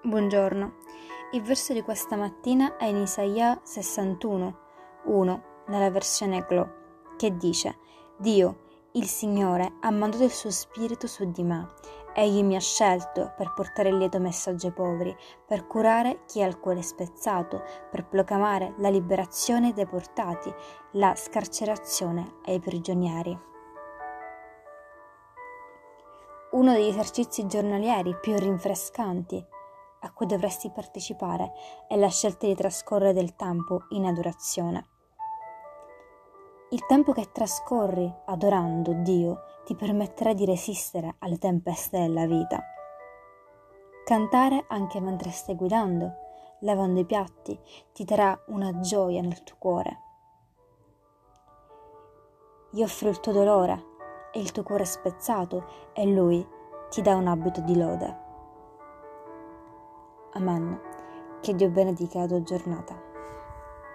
Buongiorno. Il verso di questa mattina è in Isaia 61:1 nella versione Glo, che dice: Dio, il Signore, ha mandato il suo spirito su di me. Egli mi ha scelto per portare il lieto messaggio ai poveri, per curare chi ha il cuore spezzato, per proclamare la liberazione ai deportati, la scarcerazione ai prigionieri. Uno degli esercizi giornalieri più rinfrescanti a cui dovresti partecipare è la scelta di trascorrere del tempo in adorazione. Il tempo che trascorri adorando Dio ti permetterà di resistere alle tempeste della vita. Cantare anche mentre stai guidando, lavando i piatti, ti darà una gioia nel tuo cuore. Gli offri il tuo dolore e il tuo cuore spezzato e Lui ti dà un abito di lode. Amen. Che Dio benedica la tua giornata.